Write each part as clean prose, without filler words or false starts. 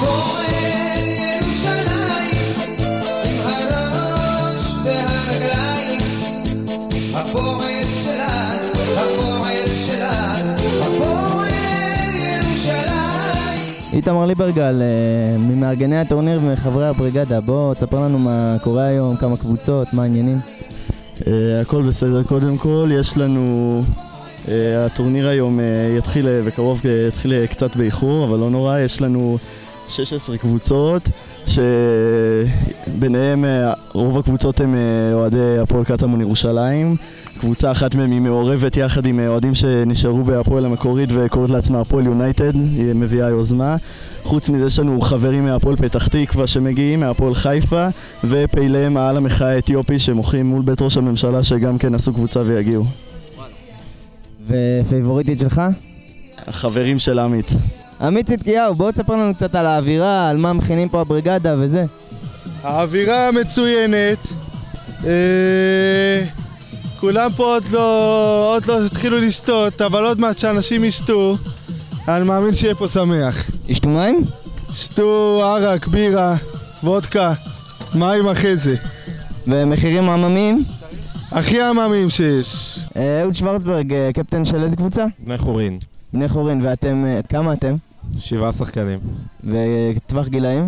הפועל ירושלים, עם הראש והרגליים, הפועל שלנו, הפועל שלנו, הפועל ירושלים. איתמר ליברגל, ממארגני הטורניר ומחברי הבריגדה, בוא תספר לנו מה קורה היום, כמה קבוצות, מה העניינים. הכל בסדר, קודם כל יש לנו, הטורניר היום יתחיל בקרוב, יתחיל קצת באיחור, אבל לא נורא, יש לנו 16 קבוצות, שביניהם רוב הקבוצות הם אוהדי הפועל קטמון ירושלים. קבוצה אחת מהם היא מעורבת יחד עם אוהדים שנשארו בהפועל המקורית וקוראת לעצמה הפועל יונייטד, היא מביאה יוזמה. חוץ מזה יש לנו חברים מהפועל פתח תקווה שמגיעים, מהפועל חיפה, ופעיליהם העל המחאה האתיופי שמוחים מול בית ראש הממשלה שגם כן עשו קבוצה ויגיעו. ופייבוריטית שלך? החברים של עמית. עמית צדקיהו, בוא תספר לנו קצת על האווירה, על מה מכינים פה הבריגדה וזה. האווירה מצוינת, כולם פה עוד לא התחילו לשתות, אבל עוד מעט שאנשים ישתו, אני מאמין שיהיה פה שמח. ישתו מים? שתו ערק, בירה, וודקה, מים אחרי זה. ומחירים עממיים? הכי עממיים שיש. אהוד שוורצברג, קפטן של איזה קבוצה? בני חורין. בני חורין, ואתם, כמה אתם? 7 שחקנים. וטווח גילאים?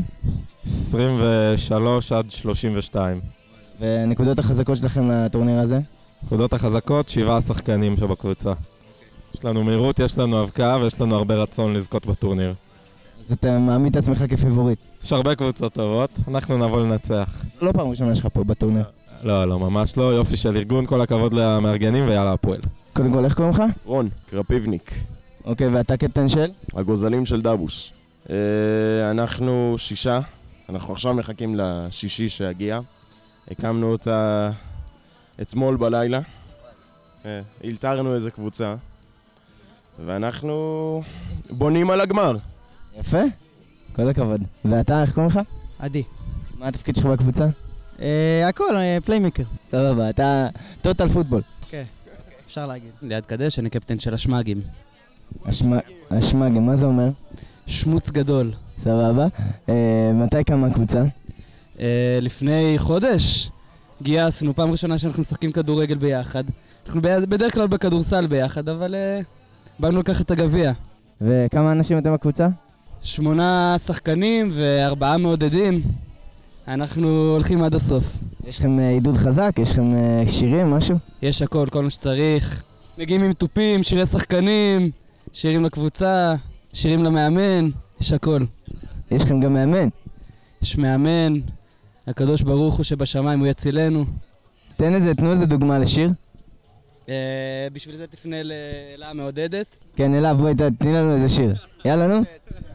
23 עד 32. ונקודות החזקות שלכם לטורניר הזה? נקודות החזקות, 7 שחקנים שבקבוצה. יש לנו מהירות, יש לנו אבקה ויש לנו הרבה רצון לזכות בטורניר. אז אתה מעמיד את עצמך כפייבוריט? יש הרבה קבוצות טובות, אנחנו נבוא לנצח. לא פעם ראשונה שלך פה בטורניר. לא, ממש לא, יופי של ארגון, כל הכבוד למארגנים ויאללה הפועל. קודם כל, איך קוראים לך? רון, קרפיבניק. אוקיי, ואתה קפטן של? הגוזלים של דבוש. אנחנו 6, אנחנו עכשיו מחכים לשישי שהגיע. הקמנו אותה אתמול בלילה. הלתרנו איזה קבוצה. ואנחנו בונים על הגמר. יפה, כל הכבוד. ואתה, איך קוראים לך? עדי. מה התפקיד שלך בקבוצה? הכל, פליימקר. סבבה, אתה טוטל פוטבול. כן, אפשר להגיד. ליד קדש, אני קפטן של השמאגים. השמאגים, מה זה אומר? שמוץ גדול. סבבה. מתי קמה הקבוצה? לפני חודש גייסנו, פעם ראשונה שאנחנו משחקים כדורגל ביחד. אנחנו בדרך כלל בכדורסל ביחד, אבל באנו לקחת את הגביע. וכמה אנשים אתם בקבוצה? 8 שחקנים ו4 מעודדים. אנחנו הולכים עד הסוף. יש לכם עידוד חזק? יש לכם שירים, משהו? יש הכל, כל מה שצריך. מגיעים עם טופים, שירי שחקנים, שירים לקבוצה, שירים למאמן, יש הכל. יש לכם גם מאמן? יש מאמן, הקדוש ברוך הוא שבשמיים הוא יצילנו. תנו איזה דוגמה לשיר. בשביל זה תפנה לאלה המעודדת. כן, אלה, בואי תני לנו איזה שיר. יאללה, נו.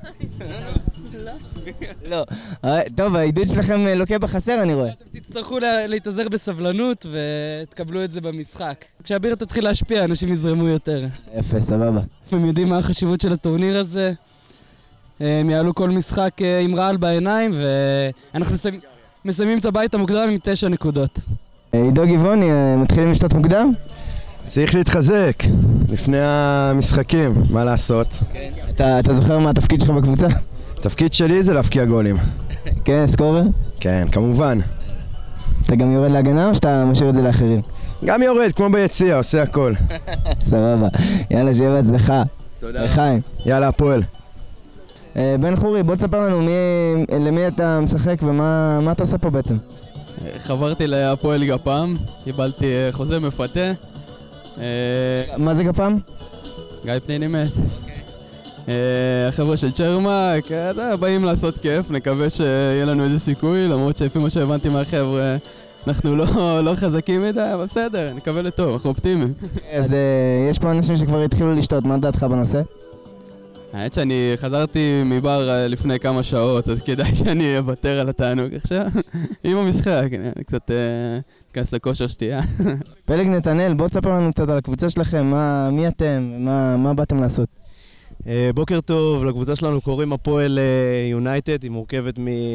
לא. טוב, העידוד שלכם לוקה בחסר, אני רואה. אתם תצטרכו להתאזר בסבלנות ותקבלו את זה במשחק. כשהבירה תתחיל להשפיע, אנשים יזרמו יותר. יפה, סבבה. הם יודעים מה החשיבות של הטורניר הזה. הם יעלו כל משחק עם רעל בעיניים, ואנחנו מסיימים את הבית המוקדם עם 9 נקודות. עידו גבעוני, מתחילים לשתות מוקדם? צריך להתחזק לפני המשחקים, מה לעשות? אתה זוכר מה התפקיד שלך בקבוצה? התפקיד שלי זה להפקיע גולים. כן, סקורר? כן, כמובן. אתה גם יורד להגנה או שאתה משאיר את זה לאחרים? גם יורד, כמו ביציע, עושה הכל. סבבה. יאללה, שיהיה בהצלחה. תודה. לחיים. יאללה, הפועל. בן חורי, בוא תספר לנו למי אתה משחק ומה אתה עושה פה בעצם. חברתי להפועל גפ"ם, קיבלתי חוזה מפתה. מה זה גפ"ם? גיא פניני מת. החבר'ה של צ'רמק, באים לעשות כיף, נקווה שיהיה לנו איזה סיכוי, למרות שלפי מה שהבנתי מהחבר'ה, אנחנו לא חזקים מדי, אבל בסדר, נקווה לטוב, אנחנו אופטימיים. אז יש פה אנשים שכבר התחילו לשתות, מה דעתך בנושא? האמת שאני חזרתי מבר לפני כמה שעות, אז כדאי שאני אוותר על התענוג עכשיו. עם המשחק, אני קצת אכנס לכושר שתייה. פלג נתנאל, בוא תספר לנו קצת על הקבוצה שלכם, מי אתם, מה באתם לעשות? בוקר טוב, לקבוצה שלנו קוראים הפועל יונייטד, היא מורכבת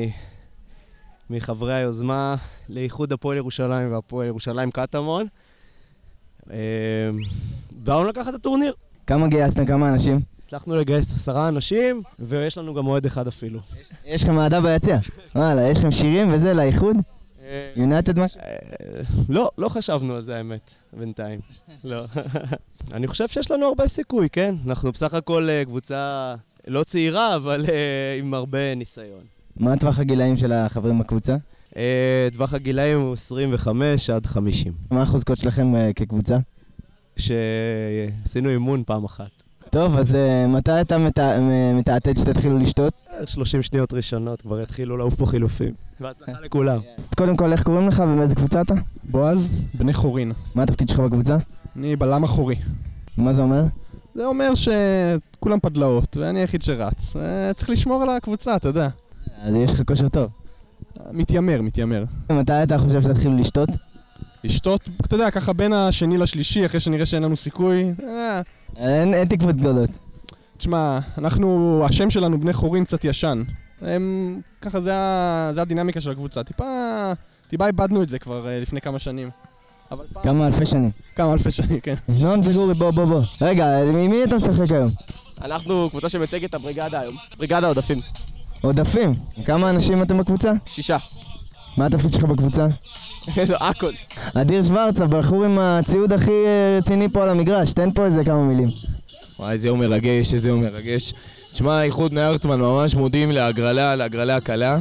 מחברי היוזמה לאיחוד הפועל ירושלים והפועל ירושלים קטמון. באנו לקחת את הטורניר. כמה גייסתם, כמה אנשים? הצלחנו לגייס 10 אנשים, ויש לנו גם מועד אחד אפילו. יש לכם אהדה ביציע? וואלה, יש לכם שירים וזה לאיחוד? יונייטד משהו? לא חשבנו על זה האמת, בינתיים. לא. אני חושב שיש לנו הרבה סיכוי, כן? אנחנו בסך הכל קבוצה לא צעירה, אבל עם הרבה ניסיון. מה טווח הגילאים של החברים בקבוצה? טווח הגילאים הוא 25 עד 50. מה החוזקות שלכם כקבוצה? שעשינו אימון פעם אחת. טוב, אז מתי אתה מתעתד שתתחילו לשתות? 30 שניות ראשונות, כבר יתחילו לעוף פה חילופים. והצלחה לכולם. קודם כל, איך קוראים לך ומאיזה קבוצה אתה? בועז, בני חורין. מה התפקיד שלך בקבוצה? אני בלם אחורי. מה זה אומר? זה אומר שכולם פדלאות, ואני היחיד שרץ. צריך לשמור על הקבוצה, אתה יודע. אז יש לך כושר טוב. מתיימר. מתי אתה חושב שתתחילו לשתות? לשתות, אתה יודע, ככה בין השני לשלישי, אחרי שנראה שאין לנו סיכוי. אין תקוות גדולות. תשמע, השם שלנו בני חורין קצת ישן. ככה זה הדינמיקה של הקבוצה. טיפה איבדנו את זה כבר לפני כמה שנים. כמה אלפי שנים. כמה אלפי שנים, כן. נועם זגורי, בוא. רגע, מי אתה משחק היום? אנחנו קבוצה שמייצגת את הבריגדה היום. בריגדה עודפים. עודפים? כמה אנשים אתם בקבוצה? 6. מה התפקיד שלך בקבוצה? זה הכל. אדיר שוורץ, הבחור עם הציוד הכי רציני פה על המגרש, תן פה איזה כמה מילים. וואי, איזה יום מרגש. תשמע, איחוד נהרטמן ממש מודים להגרלה הקלה,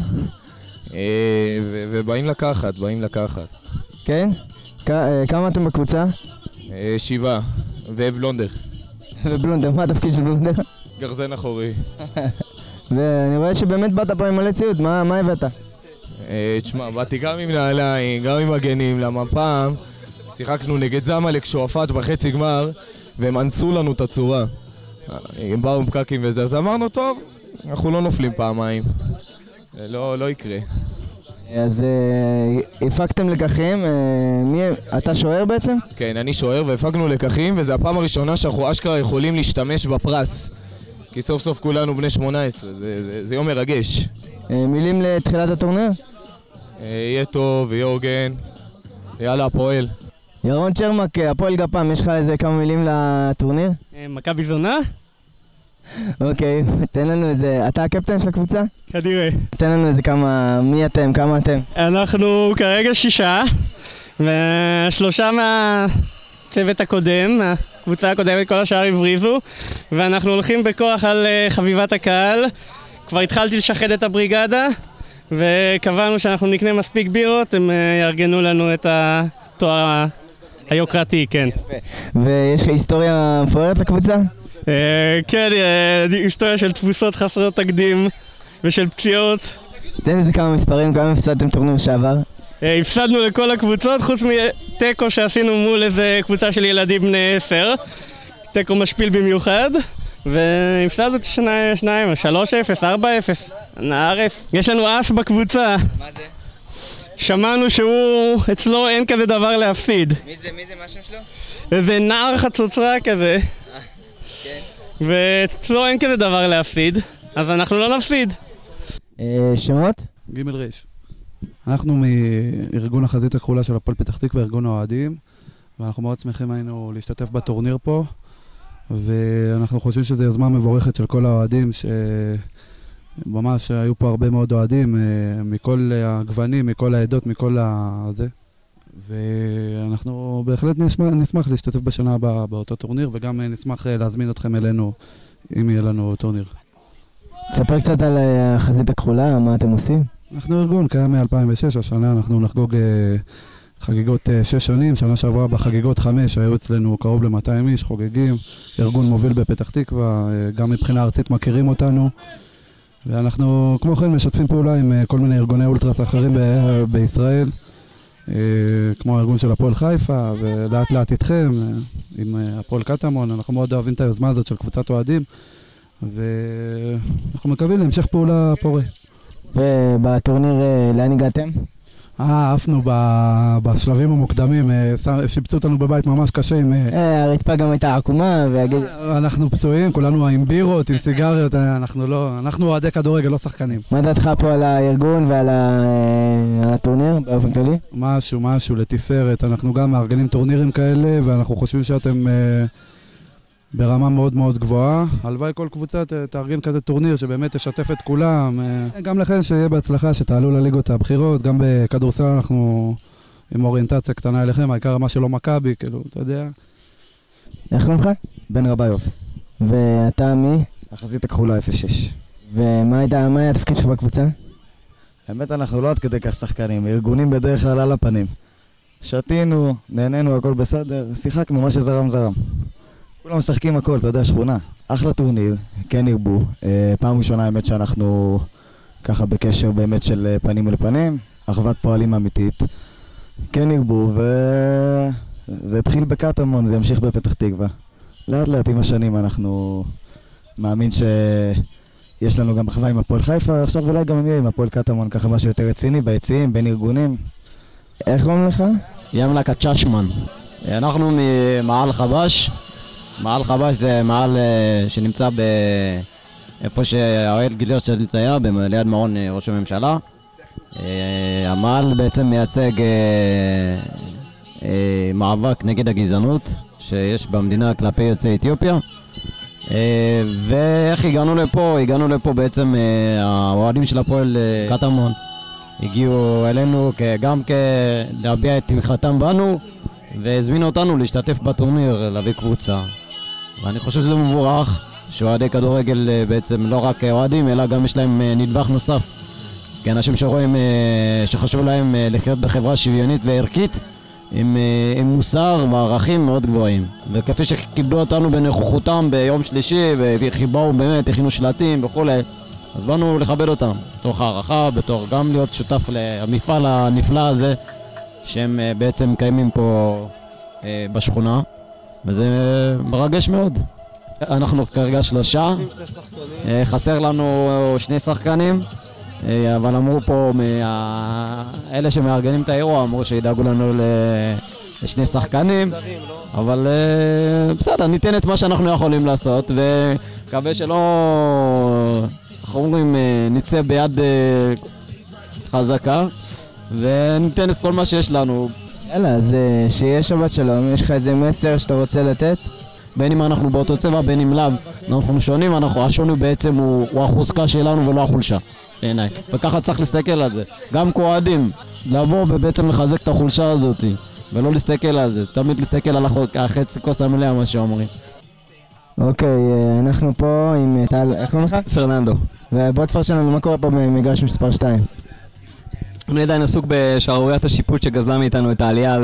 ובאים לקחת. כן? כמה אתם בקבוצה? 7, ובלונדר. מה התפקיד של בלונדר? גרזן אחורי. ואני רואה שבאמת באת פה עם מלא ציוד, מה הבאת? תשמע, באתי גם עם נעליים, גם עם מגנים, למה פעם שיחקנו נגד זמלק שועפאט בחצי גמר, והם אנסו לנו את הצורה. הם באו עם פקקים וזה, אז אמרנו, טוב, אנחנו לא נופלים פעמיים. לא יקרה. אז הפקתם לקחים, אתה שוער בעצם? כן, אני שוער והפקנו לקחים, וזו הפעם הראשונה שאנחנו אשכרה יכולים להשתמש בפרס. כי סוף סוף כולנו בני 18, זה יום מרגש. מילים לתחילת הטורניר? יהיה טוב, יהיה הוגן, יאללה הפועל. ירון צ'רמק, הפועל גפ"ם, יש לך איזה כמה מילים לטורניר? מכבי זונה? אוקיי, תן לנו איזה, אתה הקפטן של הקבוצה? כנראה. תן לנו איזה מי אתם, כמה אתם? אנחנו כרגע 6, ו3 מהצוות הקודם, הקבוצה הקודמת, כל השאר הבריזו, ואנחנו הולכים בכוח על חביבת הקהל. כבר התחלתי לשחד את הבריגדה, וקבענו שאנחנו נקנה מספיק בירות, הם יארגנו לנו את התואר היוקרתי, כן. ויש לך היסטוריה מפוארת לקבוצה? כן, היסטוריה של תבוסות חסרות תקדים ושל פציעות. תן איזה כמה מספרים, כמה הפסדתם טורניר שעבר? הפסדנו לכל הקבוצות, חוץ מטקו שעשינו מול איזה קבוצה של ילדים בני 10. טקו משפיל במיוחד. והפסדנו את 2, 3-0, 4-0, נערף. יש לנו אס בקבוצה. מה זה? שמענו אצלו אין כזה דבר להפסיד. מי זה? מה השם שלו? איזה נער חצוצרה כזה. כן. ואצלו אין כזה דבר להפסיד, אז אנחנו לא נפסיד. שמות? ג' ריש. אנחנו מארגון החזית הכחולה של הפועל פתח תקווה, ארגון האוהדים, ואנחנו מאוד שמחים היינו להשתתף בטורניר פה. ואנחנו חושבים שזו יוזמה מבורכת של כל האוהדים, שממש היו פה הרבה מאוד אוהדים מכל הגוונים, מכל העדות, מכל הזה. ואנחנו בהחלט נשמח להשתתף בשנה הבאה באותו טורניר, וגם נשמח להזמין אתכם אלינו אם יהיה לנו טורניר. תספר קצת על החזית הכחולה, מה אתם עושים? אנחנו ארגון, קיים מ-2006, השנה אנחנו נחגוג חגיגות 6 שנים, שנה שעברה בחגיגות 5, היו אצלנו קרוב ל-200 איש, חוגגים, ארגון מוביל בפתח תקווה, גם מבחינה ארצית מכירים אותנו, ואנחנו כמו כן משתפים פעולה עם כל מיני ארגוני אולטרס אחרים בישראל, כמו הארגון של הפועל חיפה, ולאט לאט איתכם, עם הפועל קטמון, אנחנו מאוד אוהבים את היוזמה הזאת של קבוצת אוהדים, ואנחנו מקווים להמשך פעולה פורה. ובטורניר לאן הגעתם? עפנו בשלבים המוקדמים, שיפצו אותנו בבית ממש קשה עם... הרצפה גם הייתה עקומה והגז... אנחנו פצועים, כולנו עם בירות, עם סיגריות, אנחנו אוהדי כדורגל, לא שחקנים. מה דעתך פה על הארגון ועל הטורניר באופן כללי? משהו לתפארת, אנחנו גם מארגנים טורנירים כאלה, ואנחנו חושבים שאתם ברמה מאוד מאוד גבוהה. הלוואי כל קבוצה תארגן כזה טורניר שבאמת תשתף את כולם. גם לכן שיהיה בהצלחה, שתעלו לליגות הבחירות. גם בכדורסל אנחנו עם אוריינטציה קטנה אליכם, העיקר מה שלא מכבי, כאילו, אתה יודע. איך קוראים לך? בן רביוב. ואתה מי? החזית הכחולה 06. ומה היה התפקיד שלך בקבוצה? האמת, אנחנו לא עד כדי כך שחקנים, ארגונים בדרך כלל על הפנים. שתינו, נהנינו, הכל בסדר, שיחקנו מה שזרם זרם. כולם משחקים הכל, אתה יודע, שכונה. אחלה טורניר, כן ירבו. פעם ראשונה האמת שאנחנו ככה בקשר באמת של פנים אל פנים, אחוות פועלים אמיתית. כן ירבו, וזה התחיל בקטמון, זה ימשיך בפתח תקווה. לאט לאט עם השנים אנחנו מאמין שיש לנו גם אחווה עם הפועל חיפה, עכשיו אולי גם עם הפועל קטמון, ככה משהו יותר רציני, ביציעים, בין ארגונים. איך קוראים לך? ימלק צ'שמן. אנחנו ממעל חבש. מעל חבש זה מעל שנמצא איפה שהאוהל גיליות שליט היה, ליד מעון ראש הממשלה. המעל בעצם מייצג מאבק נגד הגזענות שיש במדינה כלפי יוצאי אתיופיה. ואיך הגענו לפה? הגענו לפה בעצם האוהדים של הפועל קטמון הגיעו אלינו גם להביע את תמיכתם בנו והזמינו אותנו להשתתף בטורניר, להביא קבוצה. ואני חושב שזה מבורך שאוהדי כדורגל בעצם לא רק אוהדים אלא גם יש להם נדבך נוסף, כאנשים שרואים שחשוב להם לחיות בחברה שוויונית וערכית עם מוסר וערכים מאוד גבוהים. וכפי שקיבלו אותנו בנוכחותם ביום שלישי וחיבאו באמת, הכינו שלטים וכו', אז באנו לכבד אותם בתוך הערכה, בתור גם להיות שותף למפעל הנפלא הזה שהם בעצם קיימים פה בשכונה, וזה מרגש מאוד. אנחנו כרגע 3, חסר לנו 2 שחקנים, אבל אמרו פה, אלה שמארגנים את האירוע אמרו שידאגו לנו ל2 שחקנים, אבל בסדר, ניתן את מה שאנחנו יכולים לעשות, ומקווה שלא, אנחנו אומרים, נצא ביד חזקה, וניתן את כל מה שיש לנו. יאללה, אז שיהיה שבת שלום, יש לך איזה מסר שאתה רוצה לתת? בין אם אנחנו באותו צבע, בין אם לאו, אנחנו שונים, השוני בעצם הוא החוזקה שלנו ולא החולשה, בעיניי. וככה צריך להסתכל על זה. גם כאוהדים, לבוא ובעצם לחזק את החולשה הזאת, ולא להסתכל על זה, תמיד להסתכל על החצי כוס המלאה, מה שאומרים. אוקיי, אנחנו פה עם טל, איך קוראים לך? פרננדו. ובוא תפרש לנו מה קורה פה במגרש מספר 2. אני עדיין עסוק בשערוריית השיפוט שגזלה מאיתנו את העלייה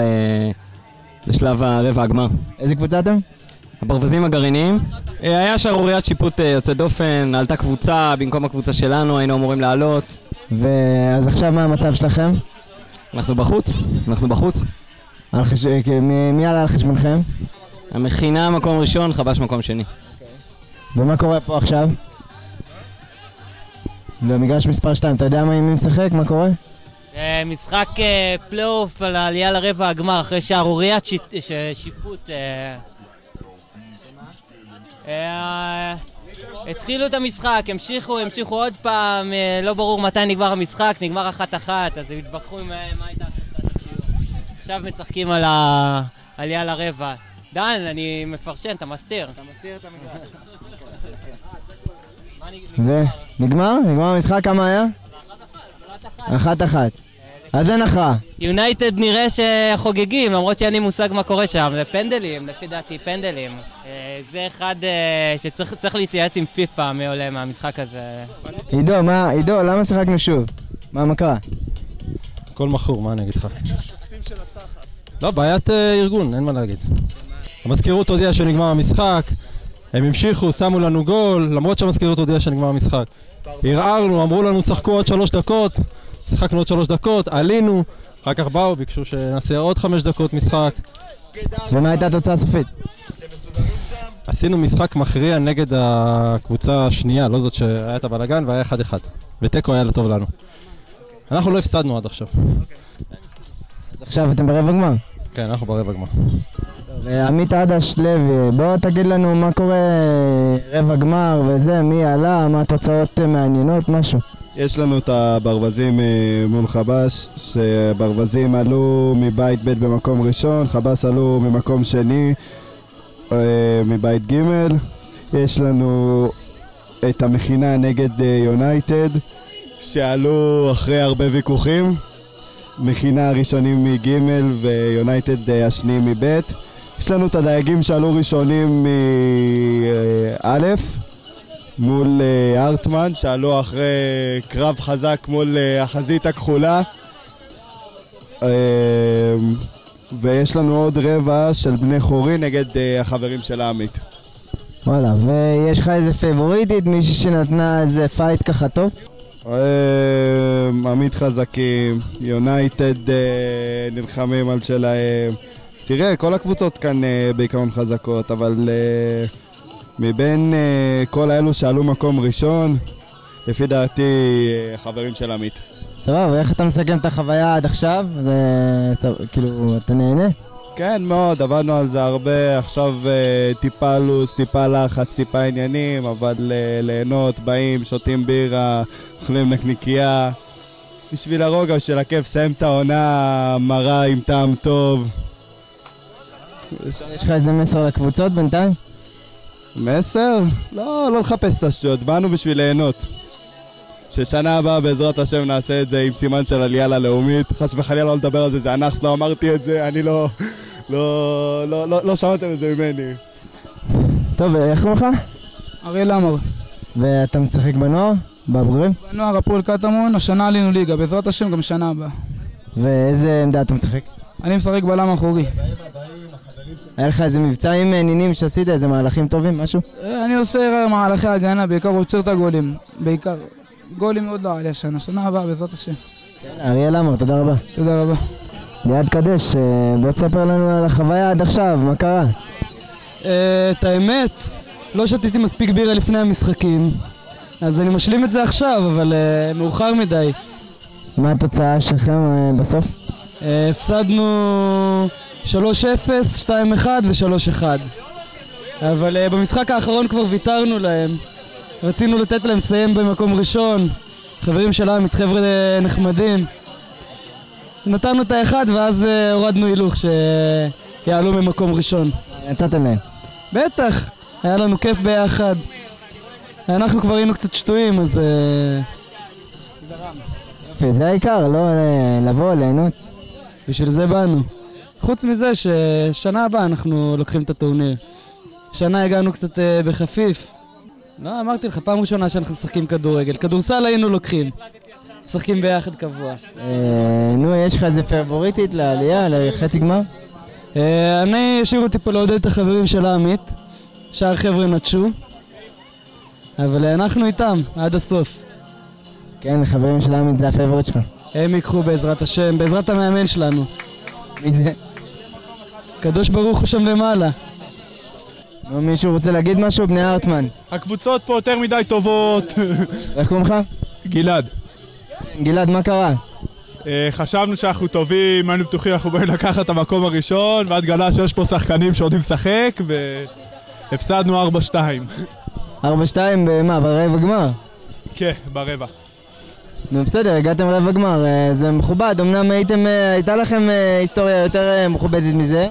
לשלב הרבע הגמר. איזה קבוצה אתם? הברווזים הגרעיניים. היה שערוריית שיפוט יוצא דופן, עלתה קבוצה במקום הקבוצה שלנו, היינו אמורים לעלות. ואז עכשיו מה המצב שלכם? אנחנו בחוץ. מי עלה על חשבונכם? המכינה מקום ראשון, חבש מקום שני. ומה קורה פה עכשיו? במגרש מספר 2, אתה יודע מי משחק? מה קורה? משחק פלייאוף על העלייה לרבע הגמר אחרי שערוריית שיפוט. התחילו את המשחק, המשיכו עוד פעם, לא ברור מתי נגמר המשחק, נגמר 1-1, אז הם התווכחו מה הייתה תוצאת השיעור. עכשיו משחקים על העלייה לרבע. דן, אני מפרשן, אתה מסתיר את המגרש. ונגמר? נגמר המשחק, כמה היה? 1-1. אז אין הכרעה. יונייטד נראה שחוגגים, למרות שאין לי מושג מה קורה שם. זה פנדלים, לפי דעתי פנדלים. זה אחד שצריך להתייעץ עם פיפה מי עולה מהמשחק הזה. עידו, למה שחקנו שוב? מה קרה? הכל מכור, מה אני אגיד לך? לא, בעיית ארגון, אין מה להגיד. המזכירות הודיעה שנגמר המשחק, הם המשיכו, שמו לנו גול, למרות שהמזכירות הודיעה שנגמר המשחק. ערערנו, אמרו לנו צחקו עוד 3 דקות, שחקנו עוד 3 דקות, עלינו, אחר כך באו, ביקשו שנעשה עוד 5 דקות משחק. ומה הייתה התוצאה הסופית? עשינו משחק מכריע נגד הקבוצה השנייה, לא זאת שהיה את הבלגן, והיה 1-1. ותיקו היה לטוב לנו. אנחנו לא הפסדנו עד עכשיו. אז עכשיו אתם ברבע גמר? כן, אנחנו ברבע גמר. עמית עדש לוי, בוא תגיד לנו מה קורה רבע גמר וזה, מי עלה, מה התוצאות מעניינות, משהו. יש לנו את הברווזים מול חבש, שברווזים עלו מבית ב' במקום ראשון, חבש עלו ממקום שני. מבית ג'. יש לנו את המכינה נגד יונייטד, שעלו אחרי הרבה ויכוחים. מכינה הראשונים מג' ויונייטד השניים מב'. יש לנו את הדייגים שעלו ראשונים מא' מול ארטמן, שעלו אחרי קרב חזק מול החזית הכחולה. ויש לנו עוד רבע של בני חורי נגד החברים של העמית. וואלה, ויש לך איזה פייבוריטית, מישהי שנתנה איזה פייט ככה טוב? עמית חזקים, יונייטד נלחמים על שלהם. תראה, כל הקבוצות כאן בעיקרון חזקות, אבל מבין כל האלו שעלו מקום ראשון, לפי דעתי חברים של עמית. סבבה, ואיך אתה מסכם את החוויה עד עכשיו? זה כאילו, אתה נהנה? כן, מאוד, עבדנו על זה הרבה, עכשיו טיפה לוס, טיפה לחץ, טיפה עניינים, אבל ליהנות, באים, שותים בירה, אוכלים נקניקייה. בשביל הרוגע, בשביל הכיף, סיים את העונה מרה עם טעם טוב. יש לך איזה מסר לקבוצות בינתיים? מסר? לא לחפש את השטויות, באנו בשביל ליהנות. ששנה הבאה בעזרת השם נעשה את זה עם סימן של עלייה ללאומית. חס וחלילה לא לדבר על זה, זה אנחס, לא אמרתי את זה, אני לא שמעתם את זה ממני. טוב, איך קוראים לך? אריאל עמר. ואתה משחק בנוער? בבוגרים? בנוער הפועל קטמון, השנה עלינו ליגה, בעזרת השם גם שנה הבאה. ואיזה עמדה אתה משחק? אני משחק בלם אחורי. היה לך איזה מבצע עם נינים שעשית, איזה מהלכים טובים, משהו? אני עושה מהלכי הגנה, בעיקר עוצר את הגולים. בעיקר גולים מאוד לא עלי השנה, שנה הבאה בעזרת השם. אריאל עמר, תודה רבה. תודה רבה. ליעד קדש, בוא תספר לנו על החוויה עד עכשיו, מה קרה? את האמת, לא שתיתי מספיק בירה לפני המשחקים, אז אני משלים את זה עכשיו, אבל מאוחר מדי. מה התוצאה שלכם בסוף? הפסדנו 3-0, 2-1 ו-3-1. אבל במשחק האחרון כבר ויתרנו להם. רצינו לתת להם לסיים במקום ראשון. חברים שלהם, חבר'ה נחמדים. נתנו את האחד ואז הורדנו הילוך שיעלו ממקום ראשון. נתתם להם? בטח, היה לנו כיף ביחד. אנחנו כבר היינו קצת שטויים, אז יופי, זה העיקר, לא לבוא, ליהנות. בשביל זה באנו. חוץ מזה ששנה הבאה אנחנו לוקחים את הטורניר. שנה הגענו קצת בחפיף. לא, אמרתי לך, פעם ראשונה שאנחנו משחקים כדורגל. כדורסל היינו לוקחים. משחקים ביחד קבוע. נו, יש לך איזה פייבוריטית לעלייה, לחצי גמר? אני אשאיר אותי פה לעודד את החברים של העמית. שאר חבר'ה נטשו. אבל אנחנו איתם, עד הסוף. כן, חברים של העמית זה הפייבוריט שלך. הם ייקחו בעזרת השם, בעזרת המאמן שלנו. מי זה? קדוש ברוך הוא שם למעלה. נו, מישהו רוצה להגיד משהו? בני ארטמן. הקבוצות פה יותר מדי טובות. איך קוראים לך? גלעד. גלעד, מה קרה? חשבנו שאנחנו טובים, היינו בטוחים, אנחנו באים לקחת את המקום הראשון, ועד גלה שיש פה שחקנים שעודים לשחק, והפסדנו 4-2. 4-2 במה? ברבע גמר? כן, ברבע. נו בסדר, הגעתם רבע גמר, זה מכובד, אמנם הייתה לכם היסטוריה יותר מכובדת מזה?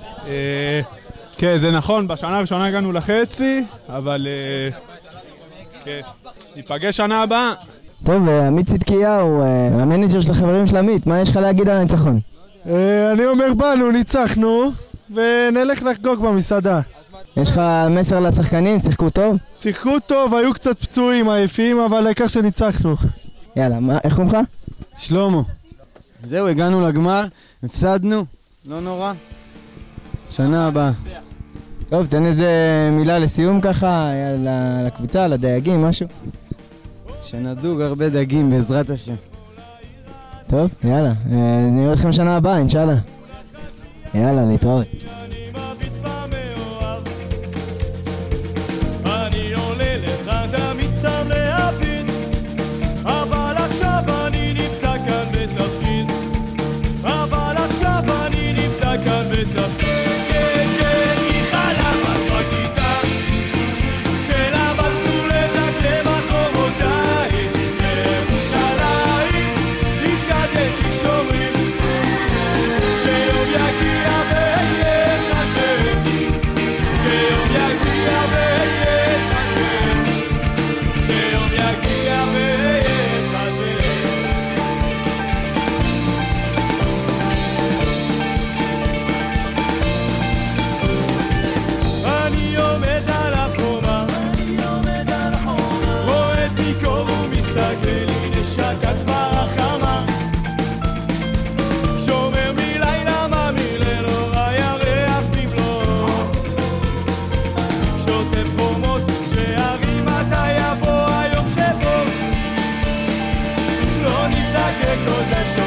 כן, זה נכון, בשנה הראשונה הגענו לחצי, אבל כן, ניפגש שנה הבאה. טוב, עמית צדקיהו, המנג'ר של החברים של עמית, מה יש לך להגיד על הניצחון? אני אומר באנו, ניצחנו, ונלך לחגוג במסעדה. יש לך מסר לשחקנים? שיחקו טוב? שיחקו טוב, היו קצת פצועים, עייפים, אבל העיקר שניצחנו. יאללה, איך קוראים לך? שלמה. זהו, הגענו לגמר, הפסדנו, לא נורא. שנה הבאה. טוב, תן איזה מילה לסיום ככה, לקבוצה, לדייגים, משהו. שנדוג הרבה דגים, בעזרת השם. טוב, יאללה, נראה אתכם שנה הבאה, אינשאללה. יאללה, להתראות. שיום יגיע ויהיה כקודש